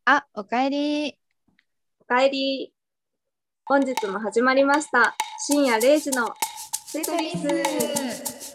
おかえり。 おかえり。本日も始まりました。深夜0時のテトリス。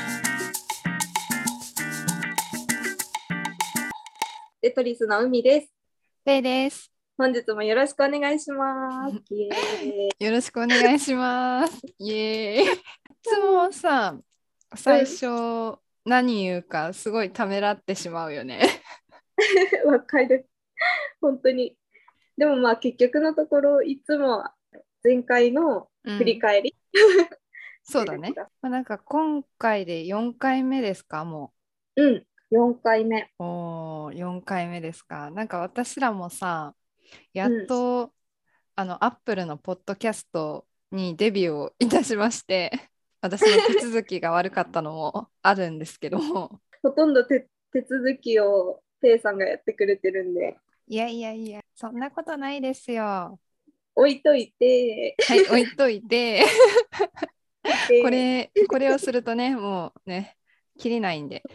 テトリスの海です。 ペイです。 本日もよろしくお願いします。イエーイ。 よろしくお願いします。イエーイ。いつもさ、最初何言うかすごいためらってしまうよね。 わかる。本当に。でもまあ結局のところいつも前回の振り返り、 そうだね。なんか今回で4回目ですか、も 4回目。 う。4回目ですか。なんか私らもさ、やっと、アップルのポッドキャストにデビューをいたしまして、私の手続きが悪かったのもあるんですけども。 ほとんど手続きをペイさんがやってくれてるんで。 いやいやいや、そんなことないですよ。 置いといて。 はい、置いといてこで、 れをするとね、もうね、切りないんで。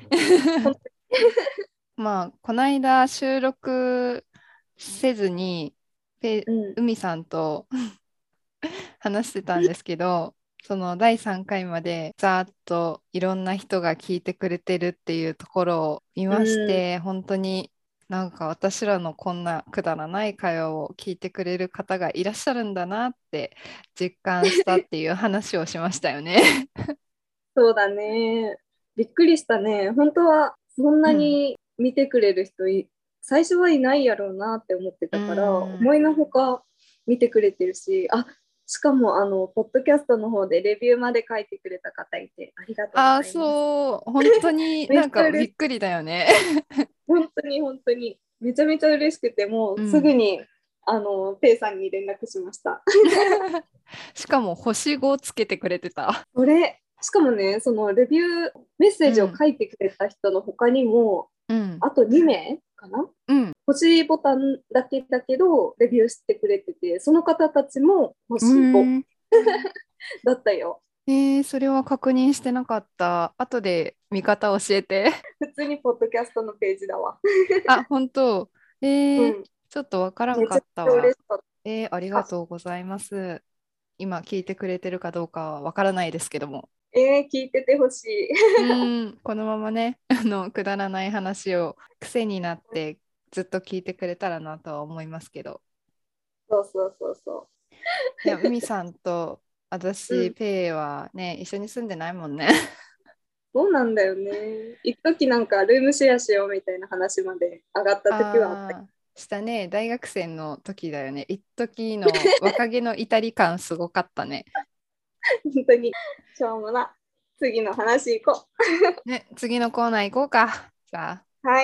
まあ、この間収録せずに、海さんと話してたんですけど、その第3回までざーっといろんな人が聞いてくれてるっていうところを見まして、本当になんか私らのこんなくだらない会話を聞いてくれる方がいらっしゃるんだなって実感したっていう話をしましたよね。 そうだね。びっくりしたね。本当はそんなに見てくれる人最初はいないやろうなって思ってたから、思いのほか見てくれてるし、しかもポッドキャストの方でレビューまで書いてくれた方いて、ありがとうございます。 そう、本当になんかびっくりだよね。 本当に本当に、めちゃめちゃ嬉しくて、もうすぐに、ペイさんに連絡しました。 しかも星5つけてくれてた。 しかもね、そのレビューメッセージを書いてくれた人の他にも、あと2名かな、星ボタンだけだけど、レビューしてくれてて、その方たちも星5だったよ。 それは確認してなかった。後で見方教えて。 普通にポッドキャストのページだわ。 本当。ちょっとわからんかったわ。ありがとうございます。今聞いてくれてるかどうかはわからないですけども。 聞いててほしい。 このままね、くだらない話を癖になってずっと聞いてくれたらなとは思いますけど。 そう。 いや、海さんと私、ペイはね、一緒に住んでないもんね。 そうなんだよね。一時なんかルームシェアしようみたいな話まで上がった時はあった。 したね、大学生の時だよね。一時の若気の至り感すごかったね。 本当にしょうもな。次の話行こう。ね、次のコーナー行こうか。じゃあ。 はい。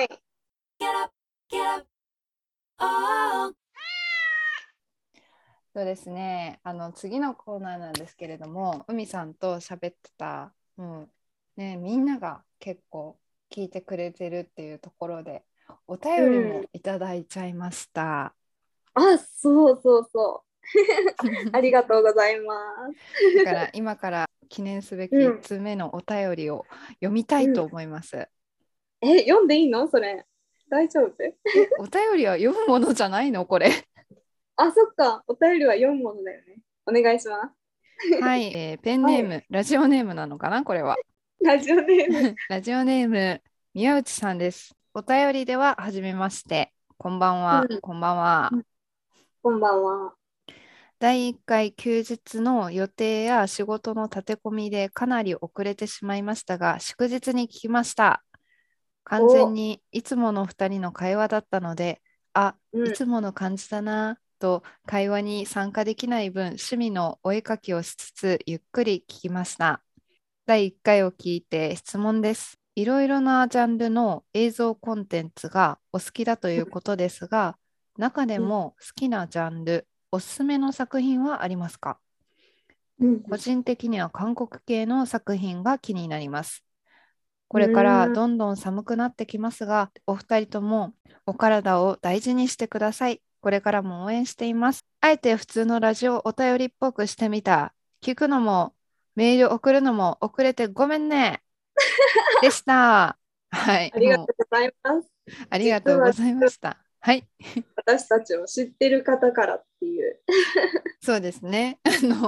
そうですね。次のコーナーなんですけれども、海さんと喋ってた、ね、みんなが結構聞いてくれてるっていうところで、お便りもいただいちゃいました。 そう。ありがとうございます。 だから今から記念すべき1つ目のお便りを読みたいと思います。 読んでいいのそれ？大丈夫？ お便りは読むものじゃないのこれ？ そっか。お便りは読むものだよね。お願いします。 はい、ペンネーム、ラジオネームなのかなこれは。 ラジオネーム。 ラジオネーム、宮内さんです。お便りでは、はじめまして。こんばんは。こんばんは。 こんばんは。 第1回休日の予定や仕事の立て込みでかなり遅れてしまいましたが、祝日に聞きました。完全にいつもの2人の会話だったので、いつもの感じだなと会話に参加できない分、趣味のお絵かきをしつつゆっくり聞きました。第1回を聞いて質問です。いろいろなジャンルの映像コンテンツがお好きだということですが、中でも好きなジャンル、おすすめの作品はありますか？個人的には韓国系の作品が気になります。これからどんどん寒くなってきますが、お二人ともお体を大事にしてください。これからも応援しています。あえて普通のラジオお便りっぽくしてみた。聞くのもメール送るのも遅れてごめんね。でした。はい。 ありがとうございます。 ありがとうございました。 はい。 私たちを知ってる方からっていう。 そうですね。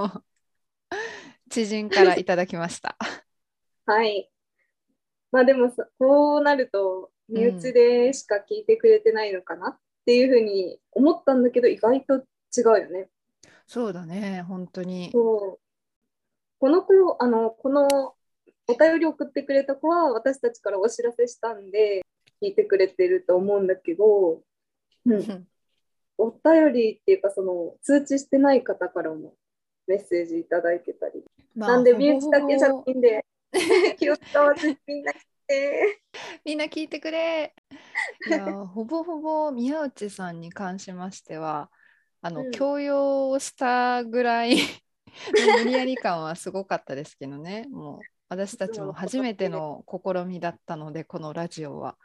知人からいただきました。 はい。まあでもさ、こうなると、身内うん。 でしか聞いてくれてないのかなっていうふうに思ったんだけど、意外と違うよね。 そうだね、本当に。 そう。この子、このお便り送ってくれた子は、私たちからお知らせしたんで、聞いてくれてると思うんだけど、うん。お便りっていうか、その、通知してない方からもメッセージいただいてたり。 まあ、 なんで、身ほぼほ内だけじゃなぼ、 いんで、気を使わずにみんな来て。 みんな聞いてくれ。いや、ほぼほぼ宮内さんに関しましては、 うん。 強要をしたぐらいの無理やり感はすごかったですけどね。もう私たちもいつものこ初めてとで。 の試みだったので、このラジオは。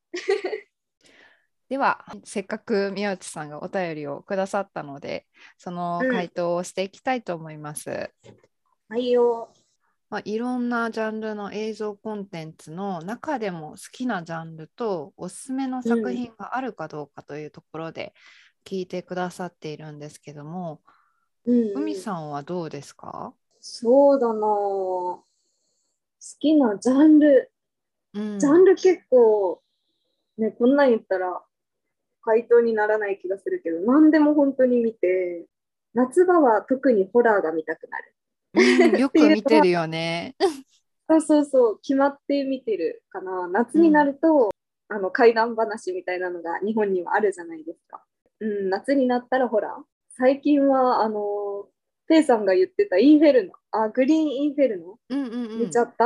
では、せっかく宮内さんがお便りをくださったので、そのうん。 回答をしていきたいと思います。 はいよ。 まあ、いろんなジャンルの映像コンテンツの中でも好きなジャンルとおすすめのうん。 作品があるかどうかというところで聞いてくださっているんですけども、 うんうん。 海さんはどうですか？ そうだなぁ。好きなジャンル。 うん。 ジャンル結構、ね、こんなん言ったら回答にならない気がするけど、何でも本当に見て、夏場は特にホラーが見たくなるうん、よってくいうのは、 見てるよね。 そうそうそう、決まって見てるかな。夏になうん。 ると、怪談話みたいなのが日本にはあるじゃないですか。うん、夏になったらホラー。最近は、ペイさんが言ってたインフェルノ、グリーンインフェルノうんうんうん。 見ちゃった。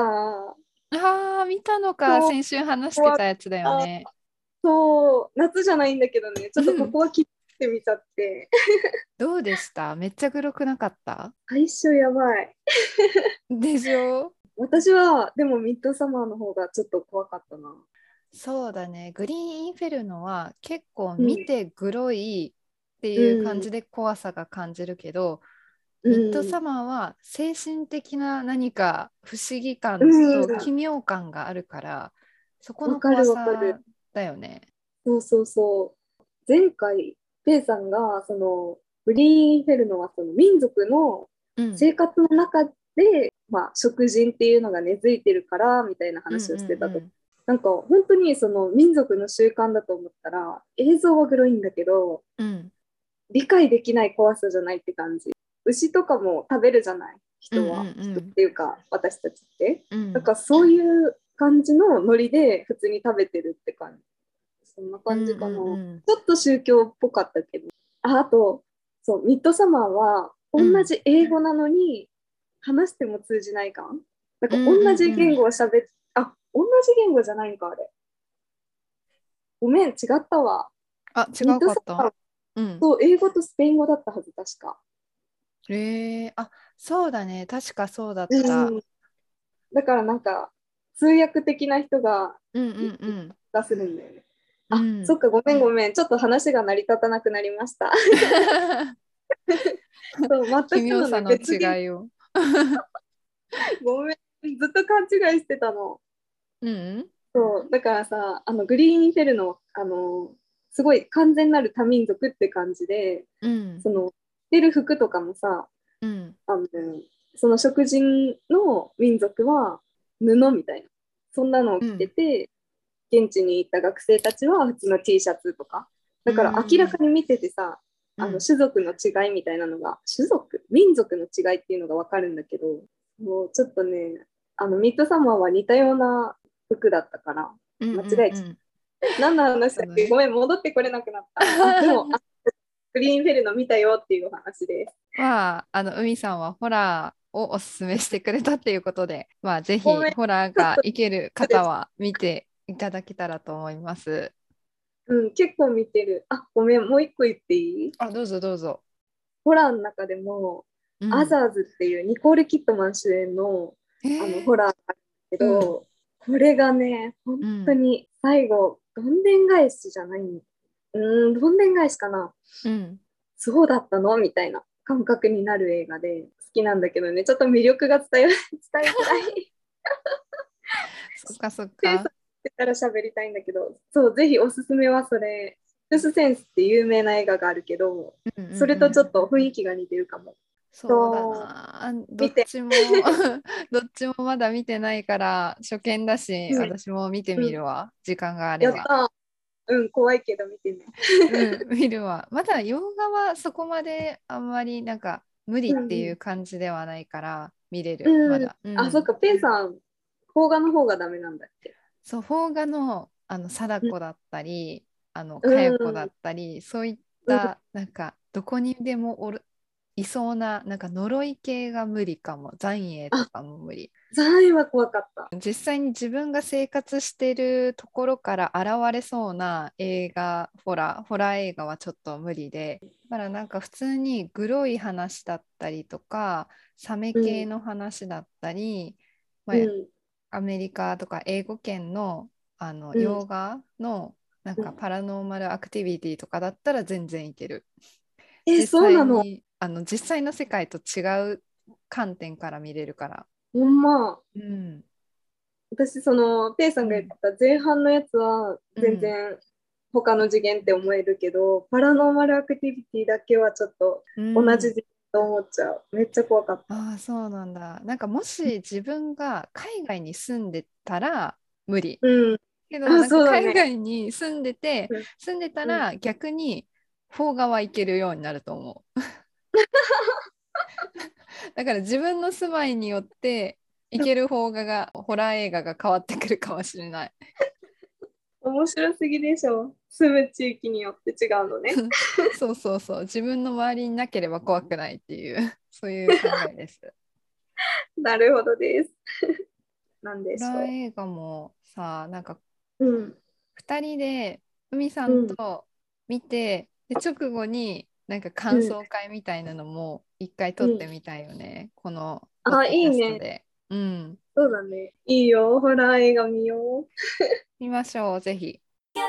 ああ、見たのか。 そう先週話して終わったやつだよた。 ね。 そう、夏じゃないんだけどね、ちょっとこうんこは切ってみちゃって。 どうでした？めっちゃグロくなかった？ 最初やばい。 でしょ？ 私は、でもミッドサマーの方がちょっと怖かったな。 そうだね。グリーンインフェルノは結構うん、 見てグロいってういう感ん、 じで怖さが感じるけど、 うミッドん、 サマーは精神的な何か不思議う感と奇ん。 妙感があるから、そこの怖わかるわかる。 さだよね。 そうそうそう。前回、ペイさんが、グリーンフェルノはその民族のうん生活の中で、まあ、食人っていうのが根付いてるから、みたいなうんう話をしてたと。 んなんか、本当にその民族の習慣だと思ったら、映像はグロいんだけど、 うんうん理解できない怖さじゃないって感じ。牛とかも食べるじゃないうんう人は。人っんていうか、私たちって。 うんなんかそういう感じのノリで普通に食べてるって感じ。そんなうん感じかな。ちょうんうんっと宗教っぽかったけど。あと、そう、ミッドサマーは同うんじ英語なのに話しても通じない感なんうんか同うんうんじ言語を喋って、同じ言語じゃないんか、あれ。ごめん、違ったわ。 あ、違ミッうかった？ ドサマーうん。 と英語とスペイン語だったはず、確か。 あ、そうだね。確かそうだっうた。 ん。だからなんか、通訳的な人がうんういんうん出せるんだよね。 うん。 そっか、ごめんごめん。ちょっと話が成り立たなくなりました。そう、 奇全くのね、 妙さの別言違いを。 ごめん。ずっと勘違いしてたの。 うんそう、だからさ、グリーンフェルの、すごい完全なる多民族って感じで、 うん着てる服とかもさ、 うんあの、その食人の民族は布みたいな、そんなのを着てうんて、現地に行った学生たちは普通の T シャツとか。 うだから明らかんに見ててさ、 うん種族の違いみたいなのが、種族民族の違いっていうのがわかるんだけど、もうちょっとね、ミッドサマーは似たような服だったから、 うん間違えちゃった。 うんうん。 何の話だっそうだね。 けごめん、戻ってこれなくなった。でも、グリーンフェルノ見たよっていうお話です。 まあ、海さんはホラーをおすすめしてくれたっていうことで、まあ、ぜごめん、ちひホラーょっとがいける失礼し方は見ていただけたらと思います。 うん、結構見てる。ごめん、もう一個言っていい？ あ、どうぞどうぞ。 ホラーの中でも、 うん。 アザーズっていうニコール・キットマン主演の、 えー、 ホラーがあるんだけうん、 ど、これがね、本うん、 当に最後、どんでん返しじゃないの。どんでん返しかな。 うん。 そうだったのみたいな感覚になる映画で好きなんだけどね、ちょっと魅力が伝えづらい。 そっかそっペースか。 ってたら喋りたいんだけど、そう、ぜひおすすめはそれ。 クスセンスって有名な映画があるけど、 うんうんそれとうん。 ちょっと雰囲気が似てるかも。 そうだそう、 な。どっ見て。 ちもどっちもまだ見てないから初見だし、 うん、 私も見てうん。 みるわ。時間があれば。 やったー。うん、怖いけど見てね。 うん、見るわ。まだ洋画はそこまであんまりなんか無理っていううん感じではないから見れる。 うん。うん。 まだ。うあ、そっん。 か、ペイさん、邦画の方がダメなんだっけ？ そう、邦画の、 うん。 貞子だったり、 う佳代子だん。 ったり、そういっうん。 た、なんか、どこにでもいそうな、なんか呪い系が無理かも。残影とあ、 かも無理。 ザーイは怖かった。 実際に自分が生活してるところから現れそうな映画、ホラー映画はちょっと無理で、だからなんか普通にグロい話だったりとか、サメうん。 系の話だったり、まあ、 うん。 アメリカとか英語圏の、 うん。 洋画のなんうん。 かパラノーマルアクティビティとかだったら全然いける。 え、 実そうなの？ 際に、実際の世界と違う観点から見れるから。 ほんま。 うん。 私、ペイさんが言っうん。 た前半のやつはうん。 全然他の次元って思えるけど、パラノーマルアクティビティだけはちょっとう同じん。 次元と思っちゃう。めっちゃ怖かった。 ああ、そうなんだ。なんかもし自分が海外に住んでたら無理。 うん。 けど、 あ、 なんかそうだね。 海外に住んでて、 うん。 住んでたうん。 ら逆にフォーガは行けるようになると思う。だから自分の住まいによって行ける邦画が、ホラー映画が変わってくるかもしれない。 面白すぎでしょ。住む地域によって違うのね。 そうそうそう。自分の周りになければ怖くないっていう、そういう考えです。 なるほどです。なんでホラーしょ映画もさ、なんかう。うん。 2人で海さうん。 んと見て、で直後になんか感うん。 想会みたいなのも一回撮ってうん。 みたいよね。このポッあ、 ドキャいいね。 ストで。うん。 そうだね。いいよ。ホラー映画見よう。 見ましょう、ぜひ。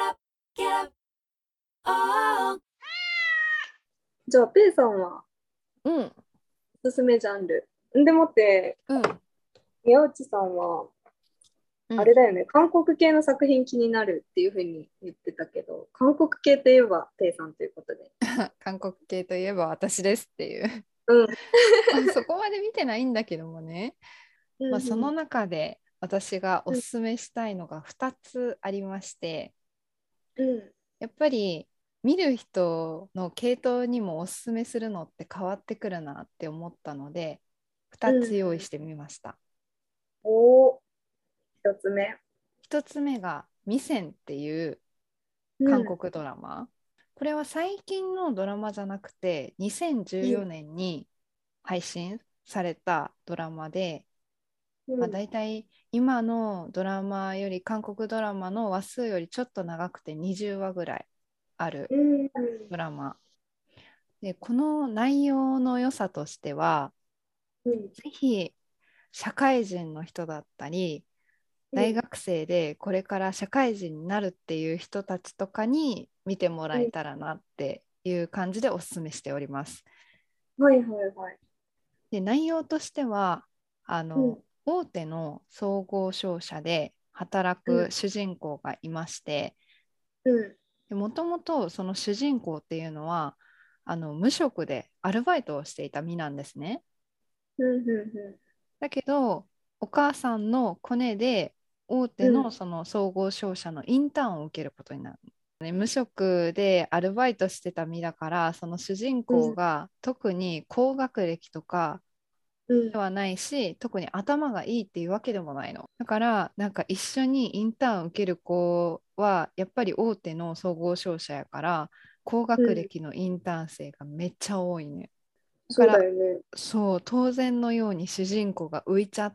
じゃあ、ペイさんはうん。 おすすめジャンル。でもって、 うん。 宮内さんは、 うん。 あれだよね、韓国系の作品気になるっていうふうに言ってたけど、韓国系といえばペイさんということで。 韓国系といえば私ですっていう。 うん。 まあそこまで見てないんだけどもね。まあ、そのうん中で私がおうんすすめしたいのが2つありまして、 うんやっぱり見る人の系統にもおすすめするのって変わってくるなって思ったので、2つ用意うん。 してみました。 おー、一つ目。 1つ目が「ミセン」っていう韓うん国ドラマ。これは最近のドラマじゃなくて2014 うん年に配信されたドラマで、まあ、 うん大体今のドラマより韓国ドラマの話数よりちょっと長くて20話ぐらいあるうんドラマで、この内容の良さとしては、 うんぜひ社会人の人だったり大学生でこれから社会人になるっていう人たちとかに見てもらえうん。 たらなっていう感じでお勧めしております。 はいはいはい。 で、内容としてはうん大手の総合商社で働くうん主人公がいまして、 うんもともとその主人公っていうのは無職でアルバイトをしていた身なんですね。 うんうだけどお母さんのコネで大手んうんのその総合商社のインターンを受けることになる。ね、無職でアルバイトしてた身だから、その主人公うんが特に高学歴とかうんではないし、特に頭がいいっていうわけでもないの。だからなんか一緒にインターン受ける子はやっぱり大手の総合商社やから、高学うん。 歴のインターン生がめっちゃ多いね。だかそうだらよね。 そう当然のように主人公が浮いちゃって、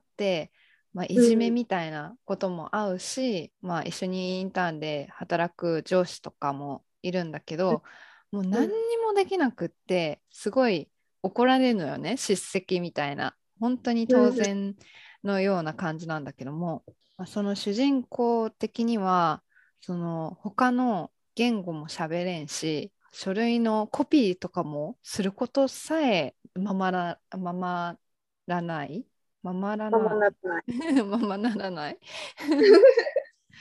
まあ、いじめうんみたいなことも合うし、まあ、一緒にインターンで働く上司とかもいるんだけうんど、もう何にうんもできなくってすごい怒られるのよね、叱責みたいな。本当に当うん然のような感じなんだけども、まあ、その主人公的にはその他の言語も喋れんし、書類のコピーとかもすることさえままらままないならない。 ままならない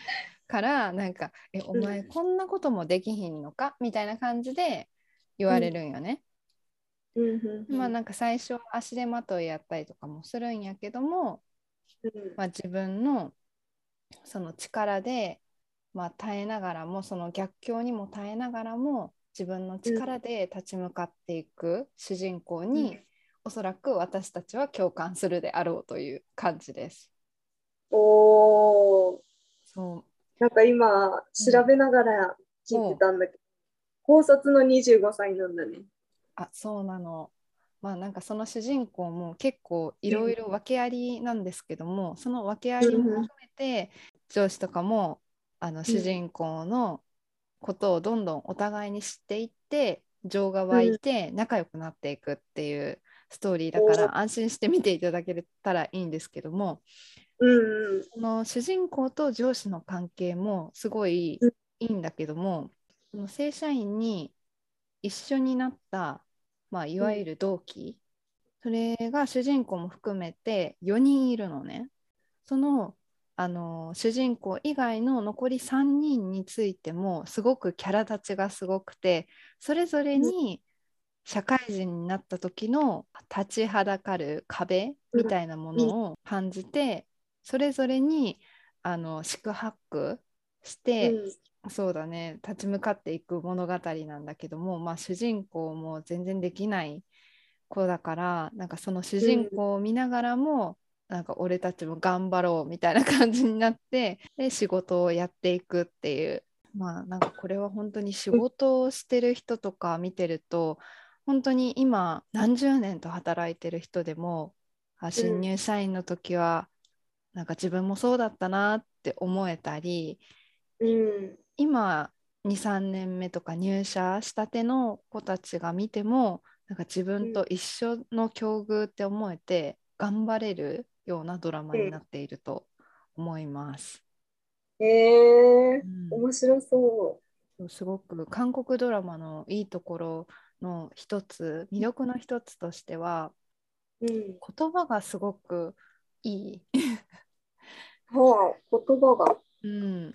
からなんかおうん前こんなこともできひんのかみたいな感じで言われるんよね。 うんうんうんまあなんか最初足手まといやったりとかもするんやけども、 うんまあ、自分のその力で、まあ、耐えながらもその逆境にも耐えながらも自分のうん力で立ち向かっていく主人公うんにおそらく私たちは共感するであろうという感じです。 おー、 そなんか今う、うん、 調べながら聞いておたんだけど、高卒の25歳なんだね。 そうなの。まあなんかその主人公も結構いろうんいろ訳ありなんですけども、その訳ありも含うんめて上司とかも主うん人公のことをどんどんお互いに知っていって情が湧いうんて仲良くなっていくっていうストーリーだかおーら安心して見ていただけたらいいんですけども、 うんこの主人公と上司の関係もすごいうんいいんだけども、その正社員に一緒になった、まあ、いうんわゆる同期、それが主人公も含めて4人いるのね。その、主人公以外の残り3人についてもすごくキャラ立ちがすごくて、それぞれに社会人になった時の立ちはだかる壁うんみたいなもうんのを感じて、それぞれに四苦八苦してうんそうだね立ち向かっていく物語なんだけども、まあ、主人公も全然できない子だからなんかその主人公を見ながらもなんか俺たちも頑張ろうみたいな感じになってで仕事をやっていくっていう、まあなんかこれは本当に仕事をしてる人とか見てると本当に今何十年と働いてる人でも新入社員の時はなんか自分もそうだったなって思えたり、 うん今2、3年目とか入社したての子たちが見てもなんか自分と一緒の境遇って思えて頑張れるようなドラマになっていると思います。うん、 面白そすごく韓国ドラマのいいところの一つ魅力の一つとしてはう。うん。 言葉がすごくいい。 はい、言葉が。 うん、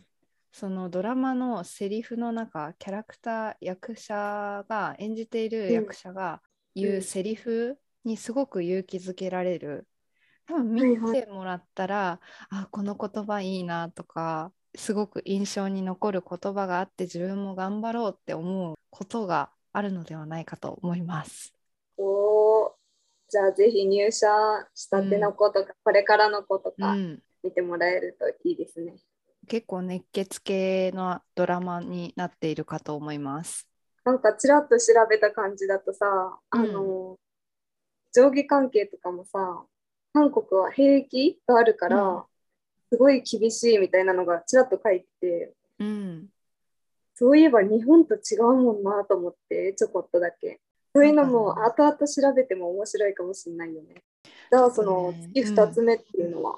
そのドラマのセリフの中、キャラクター、役者が、演じているうん。 役者がうん。 言うセリフにすごく勇気づけられる。多分見はいはい。 てもらったら、この言葉いいなとか、すごく印象に残る言葉があって自分も頑張ろうって思うことがあるのではないかと思います。 おー、じゃあぜひ入社したてのうん、 子とか、これからの子とかうん、 見てもらえるといいですね。 結構熱血系のドラマになっているかと思います。 なんかちらっと調べた感じだとさ、 うん、 上下関係とかもさ、韓国は兵役があるかうん、 ら、すごい厳しいみたいなのがちらっと書いてて、 うん。 そういえば日本と違うもんなと思って、ちょこっとだけ。そういうのなんかね、 も後々調べても面白いかもしれないよね。じゃあ、 ちょっとそのね、 月2 うん。 つ目っていうのは。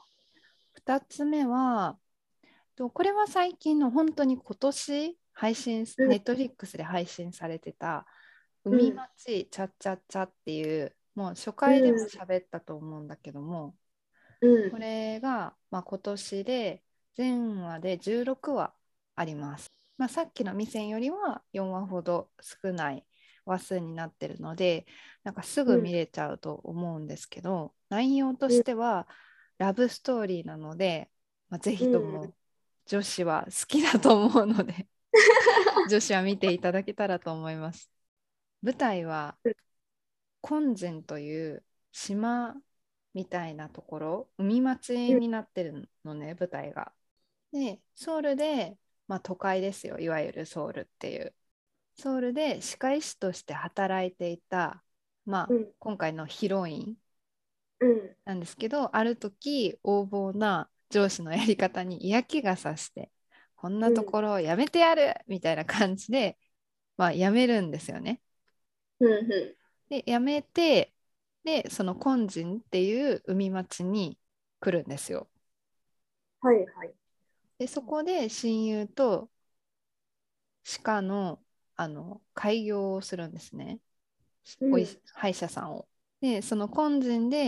2つ目は、これは最近の本当に今年配信、 うん、 ネットフリックスで配信されてた海うん、 町チャッチャッチャっていう、もう初う回でもん、 喋ったと思うんだけども、 うん、 これが、まあ、今年で全話で16話あります。まあ、さっきの店よりは4話ほど少ない話数になってるので、なんかすうん、 ぐ見れちゃうと思うんですけど、内容とうん、 してはラブストーリーなので、まあ、ぜうん。 ひとも女子は好きだと思うので女子は見ていただけたらと思います。舞台はコンジンという島みたいなところ、海町になってるのね、舞台が。で、ソウルで、まあ都会ですよ、いわゆるソウルっていう。ソウルで歯科医師として働いていた、まあうん、 今回のヒロインうん、 なんですけど、ある時横暴な上司のやり方に嫌気がさして、こんなとうん、 ころをやめてやるみたいな感じで、まあ、辞めるんですよね。 うん。 で、辞めて、で、そのコンジンっていう海町に来るんですよ。 はい、はい。 で、そこで親友と歯科の、開業をするんですね。 うん、 歯医者さんを。で、そのコンジンで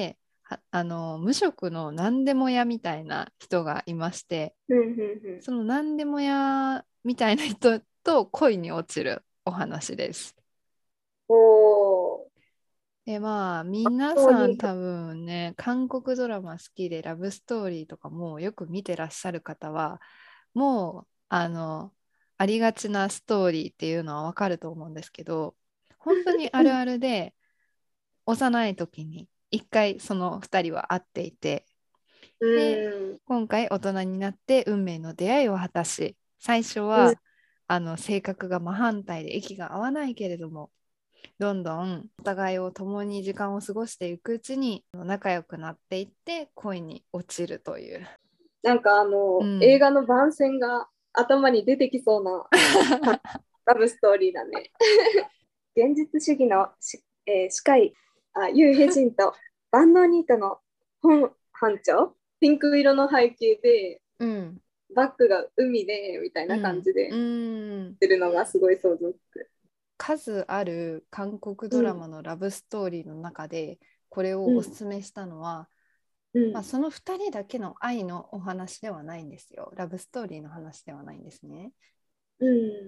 無職の何でも屋みたいな人がいまして、その何でも屋みたいな人と恋に落ちるお話です。 おー。 でまあ皆そうに、 さん多分ね韓国ドラマ好きでラブストーリーとかもよく見てらっしゃる方はもうありがちなストーリーっていうのはわかると思うんですけど、本当にあるあるで幼い時に一回その2人は会っていて、 うでん、 今回大人になって運命の出会いを果たし、最初うん、 は性格が真反対で息が合わないけれども、どんどんお互いを共に時間を過ごしていくうちに仲良くなっていって恋に落ちるという。 なんか映うん。 画の番宣が頭に出てきそうなラブストーリーだね。現実主義の歯科医、ユーヘジンと万能ニートの本班長、ピンク色の背景で、 うん。 バックが海でみたいな感うん。うじでん。 出るのがすごい想像つく。 数ある韓国ドラうん、 マのラブストーリーの中でこれをおすうん、 すめしたのは、まあ、 うん、 その2人だけの愛のお話ではないんですよ。ラブストーリーの話ではないんですね。 うん、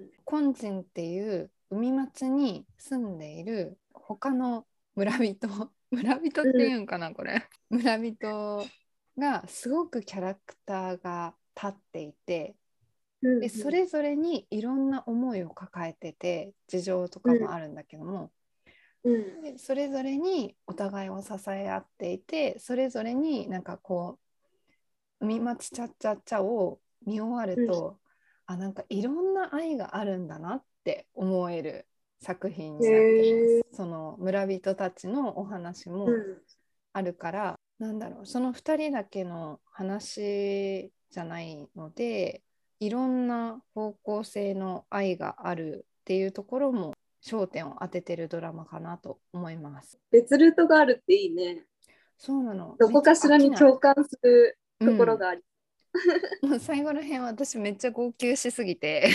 コンジンっていう海町に住んでいる他の村人村人っていうんかなこれ村人がすごくキャラクターが立っていて、 うん、 でそれぞれにいろんな思いを抱えてて事情とうん、 かもあるんだけども、 うん、 でそれぞれにお互いを支え合っていて、それぞれになんかこう海町チャッチャッチャを見終わるうん、 と、なんかいろんな愛があるんだなって思える作品へになっています。 え、 その村人たちのお話もうん、 あるから、なんだろう、その2人だけの話じゃないので、いろんな方向性の愛があるっていうところも焦点を当ててるドラマかなと思います。 別ルートがあるっていいね。 そうなの。 どめっちゃこかしらに飽きない。 共感するところうん。 があり。 もう最後の辺私めっちゃ号泣しすぎて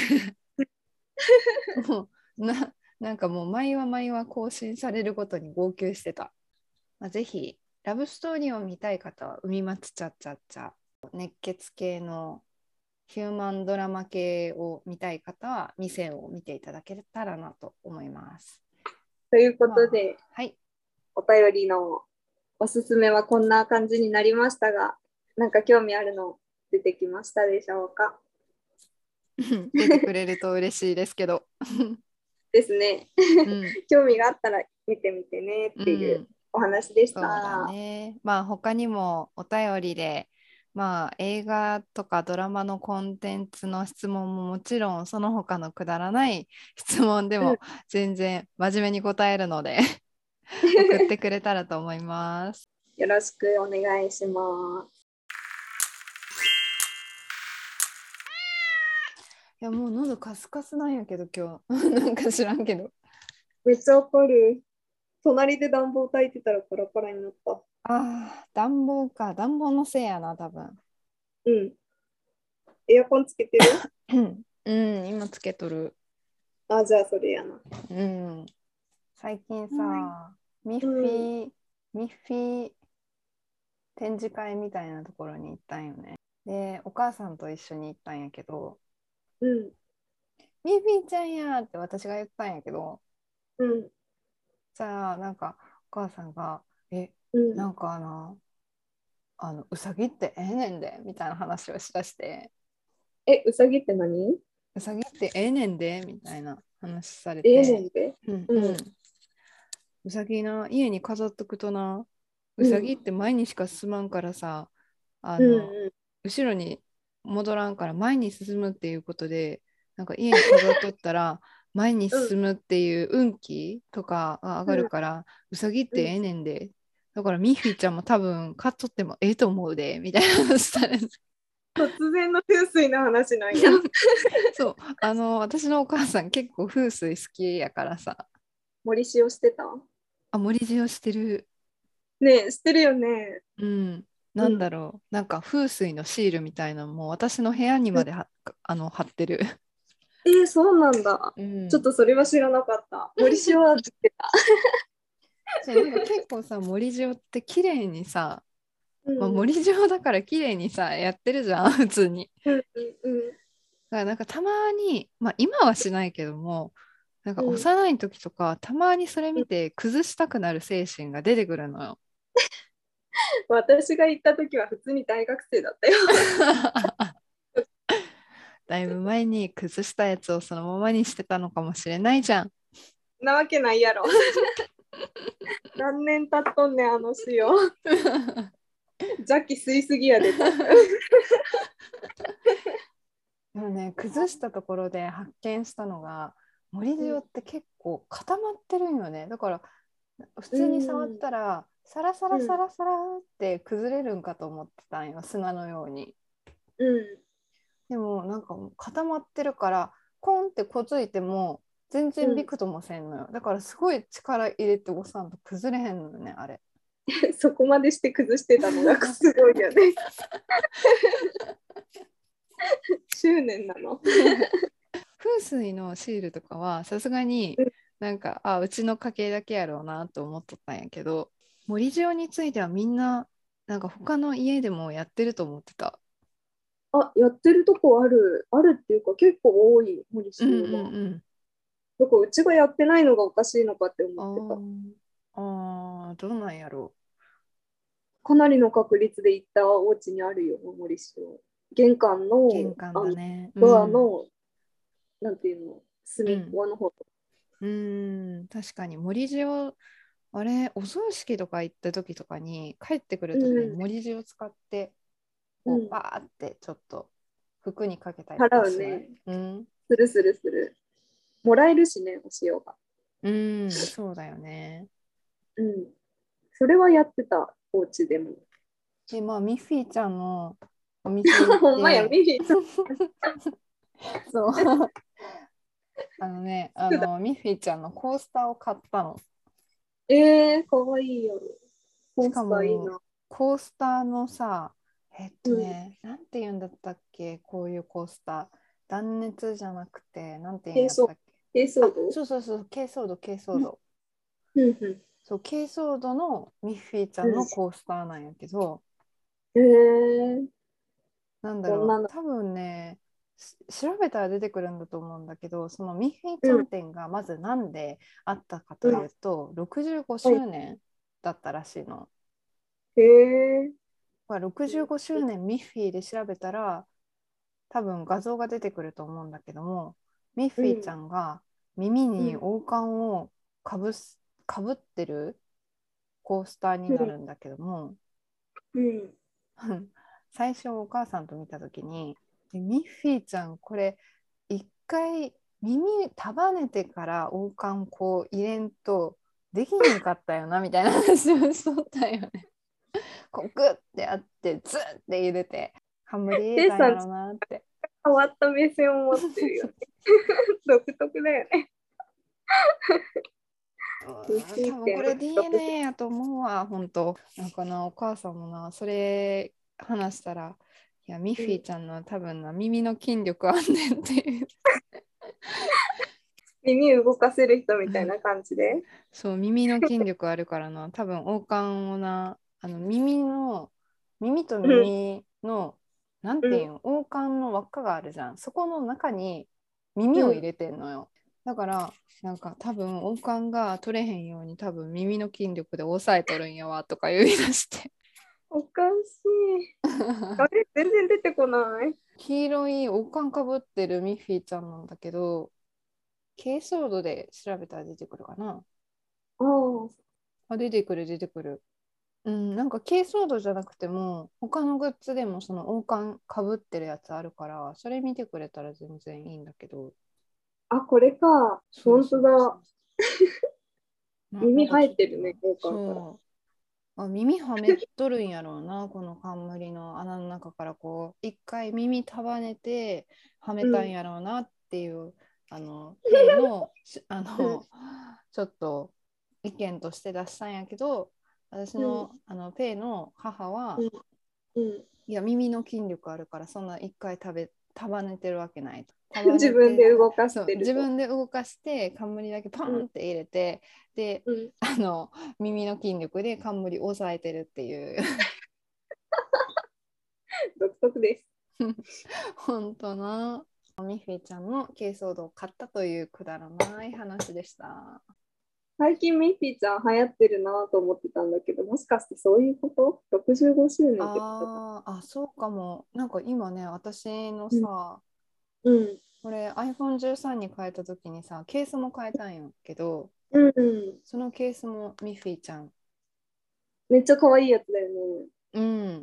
もなんかもう毎話毎話更新されるごとに号泣してた。まあ、ぜひラブストーリーを見たい方は海町チャッチャッチャ、熱血系のヒューマンドラマ系を見たい方は店を見ていただけたらなと思います。 というこまあ、 とで、 はい。 お便りのおすすめはこんな感じになりましたが、なんか興味あるの出てきましたでしょうか？ 出てくれると嬉しいですけどですね。 うん、 興味があったら見てみてねっていううん、 お話でしそうだた。 ね。まあ他にもお便りで、まあ映画とかドラマのコンテンツの質問ももちろん、その他のくだらない質問でうん、 も全然真面目に答えるので送ってくれたらと思います。 よろしくお願いします。 いやもう喉カスカスなんやけど今日なんか知らんけど。 めっちゃわかる。隣で暖房焚いてたらパラパラになった。 ああ、暖房か。暖房のせいやな、多分。 うん。エアコンつけてる？ うん、今つけとる。 あ、じゃあそれやな。 うん。最近はい。 さ、ミッフうん。 ィー、ミッフィー展示会みたいなところに行ったんよね。で、お母さんと一緒に行ったんやけど、 うん。 ミッフィーちゃんやって私が言ったんやけど、 うん。 じゃあなんかお母さんが、 うん。 なんかうさぎってええねんでみたいな話をしだして、 え、うさぎって何？ うさぎってええねんでみたいな話されええねて、 んで。 うんうん、 うん。 うさぎな、家に飾っとくとな、ううん。 さぎって前にしか進まんからさ、あうん。 の、 うん。 後ろに戻らんから前に進むっていうことで、なんか家に飾っとったら、前にうん。 進むっていう運気とかが上がるうん。 から、うさぎってえうん。 えねんで。だからミッフィーちゃんも多分買っとってもええと思うで、みたいな話したら、 突然の風水の話なんや。 そう、私のお母さん結構風水好きやからさ、 森塩してた？ 盛り塩してる。 ねえ、してるよね。 うん。なうん。 んだろう。なんか風水のシールみたいなのも私の部屋にまで貼ってる。 そうなんだ。 うん。 ちょっとそれは知らなかった。森塩は知ってた。 そうなんか結構さ、森塩って綺麗にさ、まあ、 うん。 森塩だから綺麗にさ、やってるじゃん、普通に。 うんうんうんだからなんかたまに、まあ今はしないけども、なんかうん。 幼い時とか、たまにそれ見て崩したくなる精神が出てくるのよ。 私が行った時は普通に大学生だったよ。 だいぶ前に崩したやつをそのままにしてたのかもしれないじゃん。 なわけないやろ。何年経っとんねん、あの塩。邪気吸いすぎやで、多分。 でもね、崩したところで発見したのが、森塩って結構固まってるんよね。だから普う通に触っん。 たらサラサラサうん。 ラサラって崩れるんかと思ってたんよ、砂のように。 うん。 でもなんかもう固まってるからコンってこついても全うん。 然びくともせんのよ。だからすごい力入れて押さんと崩れへんのよね、あれ。 そこまでして崩してたのがすごいよね。執念なの。 風水のシールとかはさすがにうん。 なんかうちの家系だけやろうなと思っとったんやけど、森塩についてはみんななんか他の家でもやってると思ってた。 あ、やってるとこある。あるっていうか結構多い、森うん塩は。 うんだからうちがやってないのがおかしいのかって思うってた。 ん。どうなんやろかなりの確率で行ったお家にあるよ、森塩。玄関の、 う。玄関だね。うドアん。 の、なんていうの、隅っうん。 この方。 確かに森塩、あれ、お葬式とか行った時とかに、帰ってくるう時にん。 森塩使って、こう、 うん。 バーってちょっと服にかけたりとかしない？ 払うね。するするする。もらえるしね、お塩が。 そうだよね。 うん。それはやってた、お家でも。 で、まあ、ミッフィーちゃんのお店行っほんまや、 て、 ミリーちゃん。 そう、ミッフィーちゃんのコースターを買ったの。 かわいいよ。 しコースターいいかも、 な。 コースターのさ、 うん。 なんて言うんだったっけ、こういうコースター。断熱じゃなくて、なんて言うん軽装、 やったっけ。 軽装度。 そうそうそう、珪藻土、珪藻うん。 土。 うん。 そう、珪藻土のミッフィーちゃうん。 んのコースターなんやけど、なんだろう、 こんなの。 多分ね、調べたら出てくるんだと思うんだけど、そのミッフィーちうん。 ゃん店がまずなんであったかとうん。 いうと、65周はい。 年だったらしいの。 へえ。 65周年ミッフィーで調べたら、多分画像が出てくると思うんだけども、ミッフィーちうん。 ゃんが耳うん。 に王冠をかぶす、かぶってるコースターにうん。 なるんだけども、 うん。 最初お母さんと見た時に、ミッフィーちゃんこれ一回耳束ねてから王冠こう入れんとできひんかったよなみたいな話をしとったよね。こうグッてやってズッて入れて冠入れテイさん、 たんやろなって。 変わった目線を持ってるよね。独特だよね。 多分これ DNA やと思うわ、本当。なんかな、お母さんもな、それ話したら、いや、ミッうん。 フィーちゃんの多分な、耳の筋力あんねんっていう。 耳動かせる人みたいな感じで。 そう、耳の筋力あるからな、多分王冠をな、耳とうん。 耳の、なんうん。 ていうの、王冠の輪っかがあるじゃん。そこの中に耳うん。 を入れてんのよ。だから、なんか多分王冠が取れへんように多分耳の筋力で押さえとるんやわとか言い出して。 おかしい。あれ、全然出てこない。 黄色い王冠かぶってるミッフィーちゃんなんだけど、珪藻土で調べたら出てくるかな。 ああ。 出てくる出てくる。なんか珪藻土じゃなくても、他のグッズでもその王冠かぶってるやつあるから、それ見てくれたら全然いいんだけど、 あ、これか。 そう本当だ。 そうそう。なん耳かちょっ生えてるね、 と、 交換から。 そう、耳はめっとるんやろうな、この冠の穴の中からこう、一回耳束ねてはめうん。 たんやろうなっていう、ペイの、 うん。 ちょっと意見として出したんやけど、私うん。 の、ペイの母は、 うん。うん。 いや、耳の筋力あるから、そんな一回束ねてるわけないと。 束自ねて、 分で動かしそうてると。 自分で動かして冠だけパうんンって入れて、でうん、 耳の筋力で冠を押さえてるっていう独特です。 本当な。ミッフィーちゃんの珪藻土を買ったというくだらない話でした。 最近ミッフィーちゃん流行ってるなと思ってたんだけど、もしかしてそういうこと？ 65 周年ってことか。 そうかも。なんか今ね、私のうん。 さ、 うん。 これ iPhone13 に変えた時にさ、ケースも変えたんやけど、 うん。 そのケースもミッフィーちゃん。 めっちゃ可愛いやつだよね。 うん。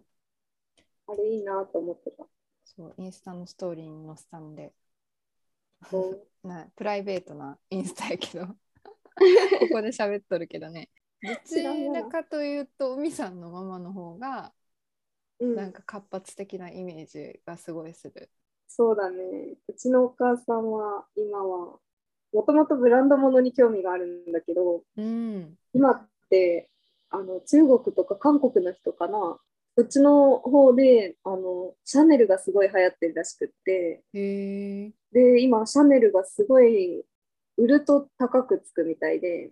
あれいいなと思ってた。 そう、インスタのストーリーに載せたんで、 そプライベートなインスタやけど、 う。 ここで喋っとるけどね。ど知らんちらがな。 かというと、海さんのママの方が、 うん。 なんか活発的なイメージがすごいする。 そうだね。うちのお母さんは今は、もともとブランド物に興味があるんだけど、 うん。 今って中国とか韓国の人かな、うちの方でシャネルがすごい流行ってるらしくって、 へえ。 で今シャネルがすごい売ると高くつくみたいで、 うん。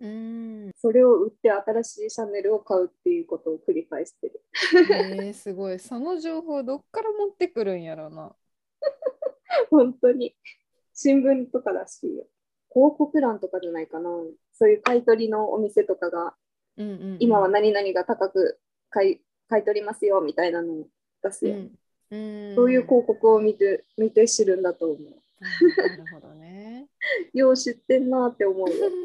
それを売って新しいシャネルを買うっていうことを繰り返してる。 すごい。その情報どっから持ってくるんやろな。 本当に新聞とからしいよ。広告欄とかじゃないかな。そういう買い取りのお店とかがうんうん今は何々が高く買い取りますよみたいなのを出すやん。 うん。うん。 そういううん。 広告を見て知るんだと思う。 なるほどね。 よう知ってんなって思うよ。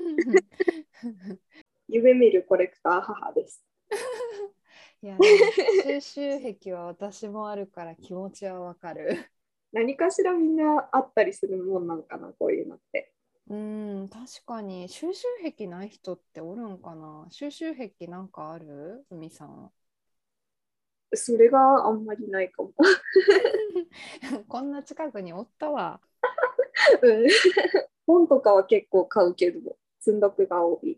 夢見るコレクター母です。 いや、でも収集癖は私もあるから気持ちはわかる。 何かしらみんなあったりするもんなんかな、こういうのって。 うん、確かに収集癖ない人っておるんかな。収集癖なんかある海さん。 それがあんまりないかも。 こんな近くにおったわ。 うん、本とかは結構買うけど、積んどくが多い。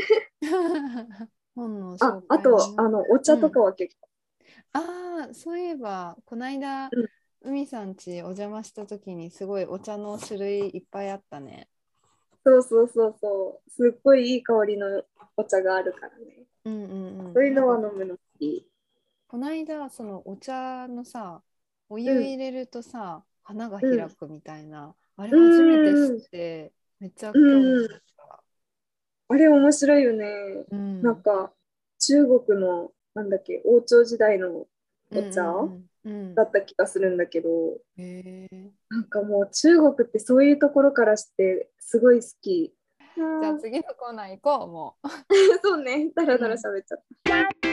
本のあ、 紹あと、 介ね。 お茶とかうん。 は結構。 そういえば、こないだ、 うん、 海さん家お邪魔した時にすごいお茶の種類いっぱいあったね。 そうそうそうそう。すっごいいい香りのお茶があるからね。 うんうんうん。 そういうのはなんか、 飲むの好き。 こないだ、そのお茶のさ、おうん、 湯入れるとさ、花がうん、 開くみたいな、あれう初めて知っん、うん、 て、めっちゃ興味うん。 持った。 あれ面白いよね。 うん。 なんか、中国の、なんだっけ、王朝時代のうんお茶うんうん。うん。 だった気がするんだけど、 へえ。 なんかもう中国ってそういうところからしてすごい好き。うん、 じゃあ次のコーナー行こう、もそうね、だらう。うだらん。 喋っちゃった。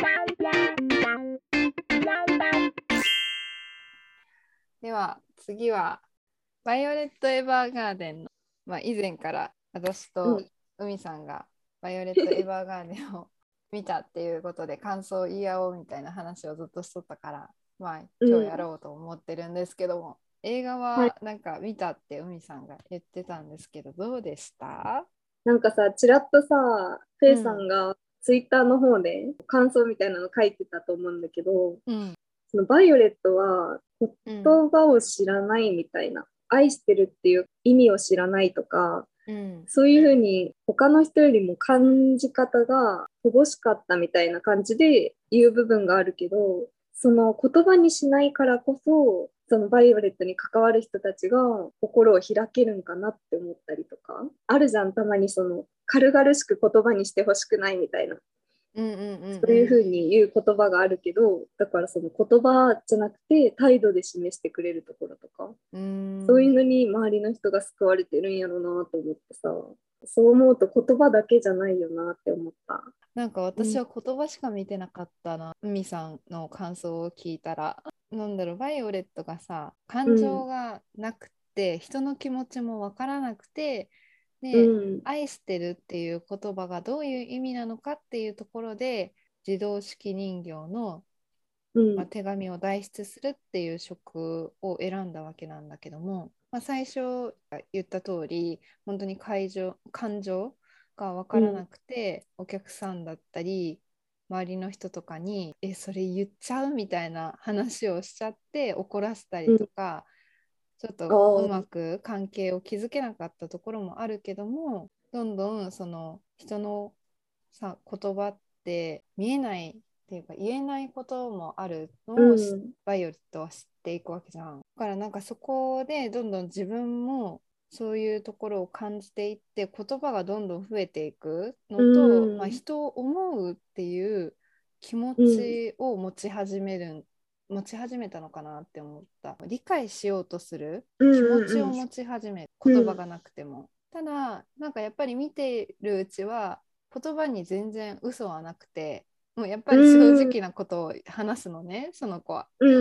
では次は、バイオレット・エヴァーガーデンの、以前から私とうん、 海さんがバイオレット・エヴァーガーデンを見たっていうことで感想を言い合おうみたいな話をずっとしとったから、 うん。 今日やろうと思ってるんですけども、映画はい。 はなんか見たって海さんが言ってたんですけど、どうでした？ なんかさ、ちらっとさ、フェイさうん。 んがツイッターの方で感想みたいなの書いてたと思うんだけど、 うん。 そのバイオレットは言うん。 葉を知らないみたいな、愛してるっていう意味を知らないとか、 うん。 そういうふうに他の人よりも感じ方が乏しかったみたいな感じで言う部分があるけど、その言葉にしないからこそ、そのバイオレットに関わる人たちが心を開けるんかなって思ったりとか、あるじゃん、たまにその軽々しく言葉にしてほしくないみたいな。 うんうんうんそういうふうん。 うに言う言葉があるけど、だからその言葉じゃなくて態度で示してくれるところとか、 うーそういうん。 のに周りの人が救われてるんやろうなと思ってさ、そう思うと言葉だけじゃないよなって思った。 なんかうん、 私は言葉しか見てなかったな。海さんの感想を聞いたら。なんだろう、バイオレットがさ、感情うん、 がなくて、人の気持ちもわからなくて、で、 うん、 愛してるっていう言葉がどういう意味なのかっていうところで、自動式人形の、 うん、 手紙を代筆するっていう職を選んだわけなんだけども、最初言った通り本当に感情が分からなうん、 くて、お客さんだったり周りの人とかにそれ言っちゃうみたいな話をしちゃって怒らせたりとうん、 か、 ちょっとうまああ、 く関係を築けなかったところもあるけども、どんどんその人のさ言葉って見えないっていうか言えないこともあるうのをん、 バイオレットは知っていくわけじゃん。だからなんかそこでどんどん自分もそういうところを感じていって言葉がどんどん増えていくうのと、まあ、 ん、 人を思うっていう気持うん、 ちを持ち始めたのかなって思った。理解しようとするうん、 気持ちうん、 を持ち始める、 うん、 言葉がなくても。ただなんかやっぱり見てるうちは言葉に全然嘘はなくて、もうやっぱうり正ん、 直なことを話すのね、その子は。 うん、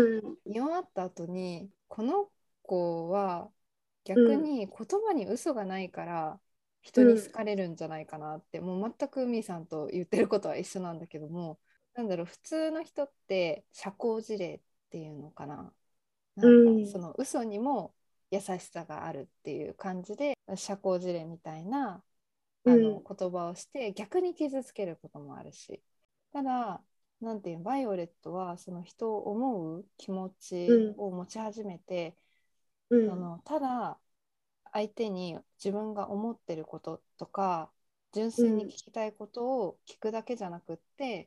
見終わった後にこの子はうん、 逆に言葉に嘘がないから人に好かれるんじゃないかなって、もう全く海さんと言ってることは一緒なんだけども、なんだろう、普通の人って社交辞令っていうのかな、 うなんかそん、 の嘘にも優しさがあるっていう感じで社交辞令みたいなうん、 言葉をして逆に傷つけることもあるし、ただなんていうバイオレットはその人を思う気持ちうん、 を持ち始めて、 うん、 ただ相手に自分が思ってることとか純粋に聞うん、 きたいことを聞くだけじゃなくって、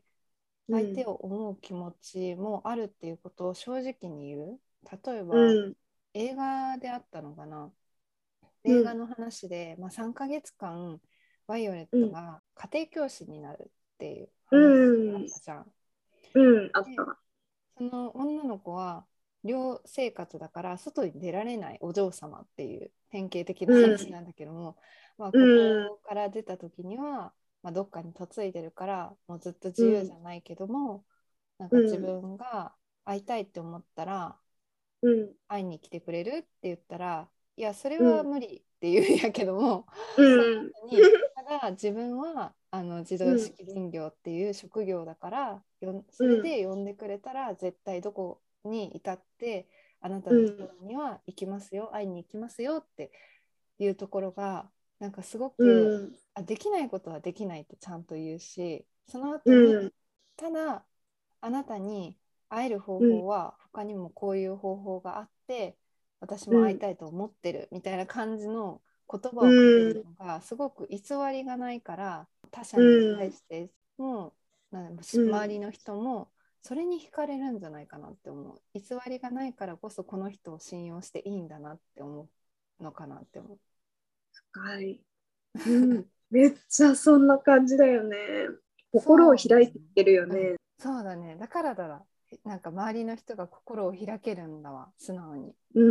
相手うん、 を思う気持ちもあるっていうことを正直に言う。例えうばん、 映画であったのかな、 うん、 映画の話で、まあ、3ヶ月間バイオレッうん、 トが家庭教師になるっていうう話があっん、 たじゃん。 うん、あっでた。 その女の子は寮生活だから外に出られないお嬢様っていう典型的なうん、 話なんだけども、まあ、 うこん、 こから出た時には、まあ、どっかに嫁いでるからもうずっと自由じうん、 ゃないけども、なんか自うん、 分が会いたいって思ったらうん、 会いに来てくれるって言ったら、いやそれうん、 は無理って言うんやけども、 うそのん、 後にただ自分は児童うん、 式人形っていう職業だからそれうん、 で呼んでくれたら絶対どこにいたってあなたうん、 のところには行きますよ、会いに行きますよっていうところがなんかすごうく、 ん、 できないことはできないってちゃんと言うし、そのう後にん、 ただあなたに会える方うん、 法は他にもこういう方法があって私うん、 も会いたいと思ってるみたいな感じの言葉うをかけるん、 のがすごく偽りがないから、他者うに対ん、 してもうん、 周りの人もそれに惹かれるんじゃないかなって思う。偽りがないからこそこの人を信用していいんだなって思うのかなって思う。 はい。うん、めっちゃそんな感じだよね。心をそうだね。 開いていってるようん、 ね。 そうだね。だからなんか周りの人が心を開けるんだわ、素直に。 うん、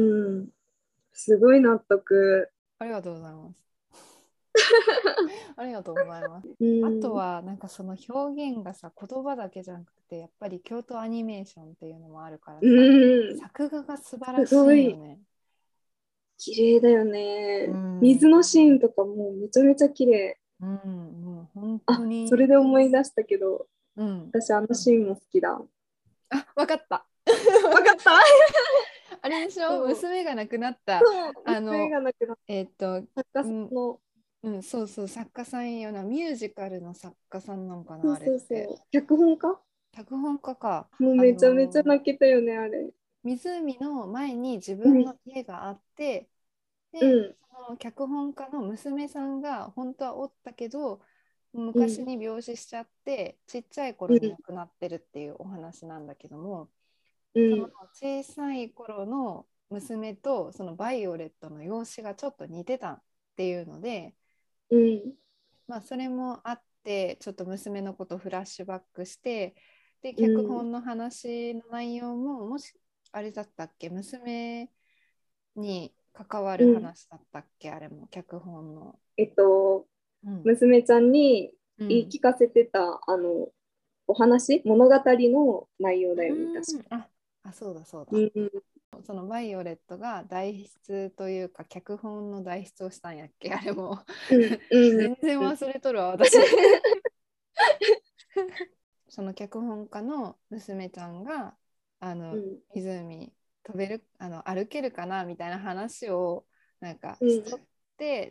すごい納得。 ありがとうございます。ありがとうございます。 うあとん、 はなんかその表現がさ、言葉だけじゃなくてやっぱり京都アニメーションっていうのもあるからうさ、 ん、 作画が素晴らすしごいいよね。 綺麗だようね。水ん、 のシーンとかもめちゃめちゃ綺麗。 うん、もう本当あ、それに、 で思い出したけど、 うん。 私あのシーンも好きだ。わあ、わかった。 かったあれでしょ、 そう、 娘が亡くなった、 そう、娘が亡くなっえっと、 た作家さうん、 んの、 うん、そうそう、作家さんよな、ミュージカルの作家さんなのかな、 そうあれって。 そうそう、脚本家脚本家か。 もうめちゃめちゃ泣けたよね、あれ。 湖の前に自うん、 分の家があって、で、 うん、 その脚本家の娘さんが本当はおったけど、 うん、 昔に病死しちゃって、ちっちゃいうん、 頃に亡くなってるっていうお話なんだけども、そのうん、 小さい頃の娘とそのバイオレットの容姿がちょっと似てたっていうので、 うん、 まあ、それもあってちょっと娘のことをフラッシュバックして、でうん。 脚本の話の内容ももしあれだったっけ、娘に関わるうん、 話だったっけ、あれも脚本の。 えっと、 うん。 娘ちゃんに言いうん。 聞かせてた、お話、物語の内容うだよね、確ーん。 か。 そうだそうだ。 うん、 そのバイオレットが代筆というか脚本の代筆をしたんやっけ、あれも。 うん、うん、 全然うん。 忘れとるわ私。その脚本家の娘ちゃんが湖飛べる歩けるかなみたいな話をなんかうん、 しとって、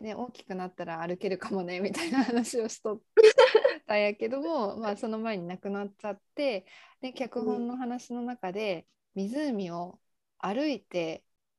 ね、大きくなったら歩けるかもねみたいな話をしとったんやけども、まあ、その前に亡くなっちゃって、で脚うん、 本の話の中で湖を歩いて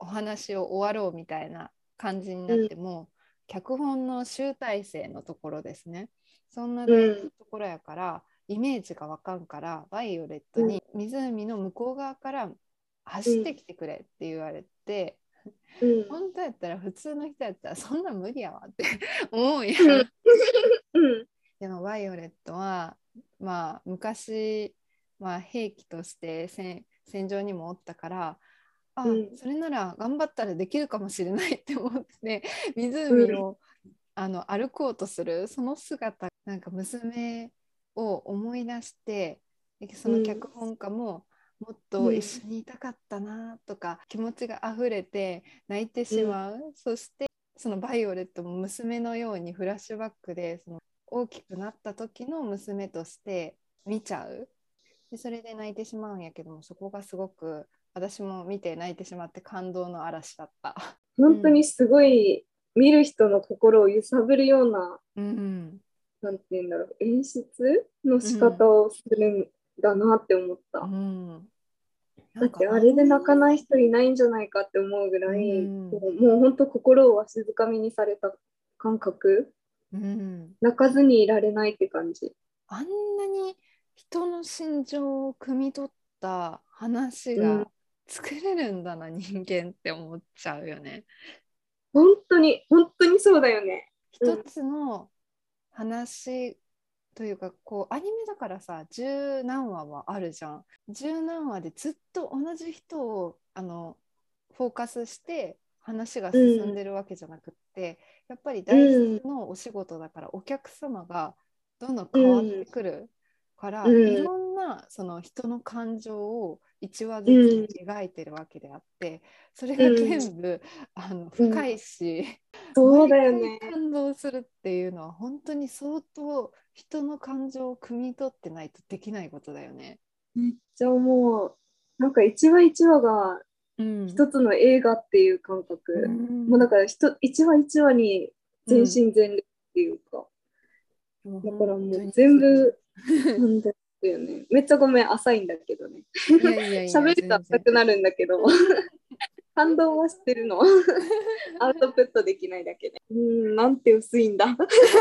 お話を終わろうみたいな感じになっても、脚本の集大成のところですね。そんな大事なところやからイメージがわかんから、バイオレットに湖の向こう側から走ってきてくれって言われて、本当やったら普通の人やったらそんな無理やわって思うやん。でもバイオレットはまあ昔、まあ、兵器として戦場にもおったから、それなら頑張ったらできるかもしれないって思って湖を歩こうとするその姿、なんか娘を思い出して、その脚本家ももっと一緒にいたかったなとか、気持ちが溢れて泣いてしまう。そしてそのバイオレットも娘のようにフラッシュバックでその大きくなった時の娘として見ちゃう。でそれで泣いてしまうんやけども、そこがすごく私も見て泣いてしまって感動の嵐だった。 本当にすごい見る人の心を揺さぶるような、なんて言うんだろう、演出の仕方をするんだなって思った。だってあれで泣かない人いないんじゃないかって思うぐらい、もう本当心をわしづかみにされた感覚、泣かずにいられないって感じ。 あんなに人の心情を汲み取った話が作れるんだな、人間って思っちゃうよね。 本当にそうだよね。 一つの話というか、こうアニメだからさ、十何話はあるじゃん。十何話でずっと同じ人をフォーカスして話が進んでるわけじゃなくって、やっぱり大事のお仕事だからお客様がどんどん変わってくるから、いろんなその人の感情を1話ずつに描いてるわけであって、それが全部深いし、 そうだよね。 感動するっていうのは本当に相当人の感情を汲み取ってないとできないことだよね。 めっちゃ思う。なんか一話一話が一つの映画っていう感覚。もうだから一話一話に全身全霊っていうか。だからもう全部なんだよね。めっちゃごめん、浅いんだけどね。 いやいやいや、 喋ると浅くなるんだけど、感動はしてるの。アウトプットできないだけで。なんて薄いんだ。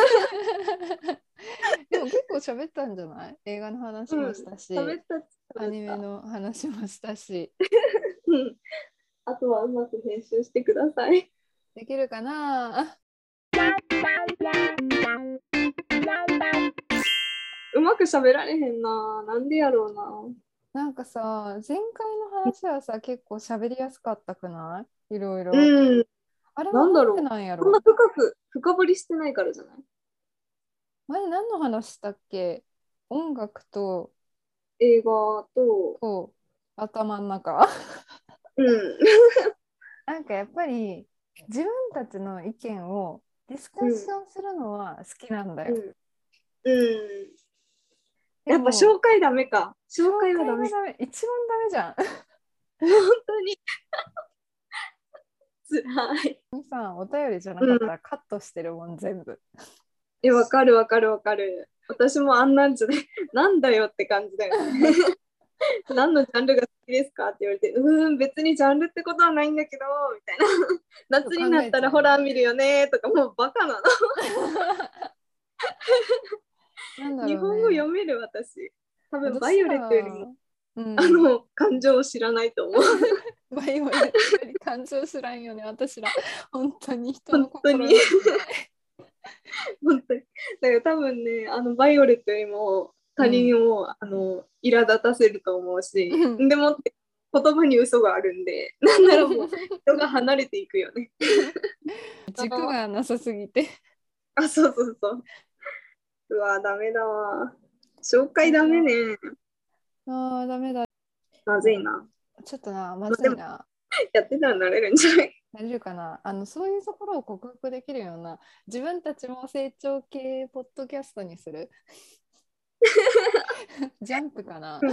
でも結構喋ったんじゃない？映画の話もしたし、アニメの話もしたし。 あとはうまく編集してください。 できるかな？ うまく喋られへんな。なんでやろうな。 なんかさ、前回の話はさ、結構喋りやすかったくない？いろいろ。あれはなんでなんやろ？ そんな深掘りしてないからじゃない？ 前何の話したっけ？音楽と映画と頭の中うん。 なんかやっぱり自分たちの意見をディスカッションするのは好きなんだよ。 やっぱ紹介ダメか。紹介はダメ。 一番ダメじゃん。 本当に。つらい。 さ、お便りじゃなかったらカットしてるもん、全部。 わかる。私もあんなんじゃない。なんだよって感じだよね。何のジャンルが好きですかって言われて、別にジャンルってことはないんだけど、みたいな。夏になったらホラー見るよねとか、もうバカなの。日本語読める私。多分バイオレットよりも、感情を知らないと思う。 バイオレットより感情知らんよね、私ら。本当に人の心が。 本当に。だから多分ね、バイオレットよりも他人を、苛立たせると思うし、でも言葉に嘘があるんで、なんならもう人が離れていくよね。 軸がなさすぎて。 そう。うわ、ダメだわ。紹介ダメね。 ダメだ。 まずいな。 ちょっとな、まずいな。 やってたらなれるんじゃない？ なれるかな。そういうところを克服できるような、自分たちも成長系ポッドキャストにする。ジャンプかな。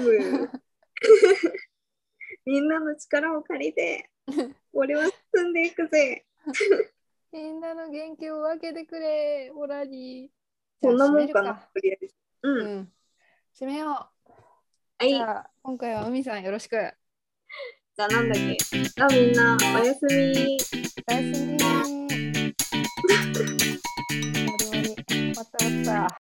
みんなの力を借りて、俺は進んでいくぜ。 みんなの元気を分けてくれ、オラに。 こんなもんかな、とりあえず。 締めよう。 はい。 じゃあ、今回は海さんよろしく。 じゃあなんだっけ。みんな、おやすみ。 おやすみ。終わり終わり。終わった終わった。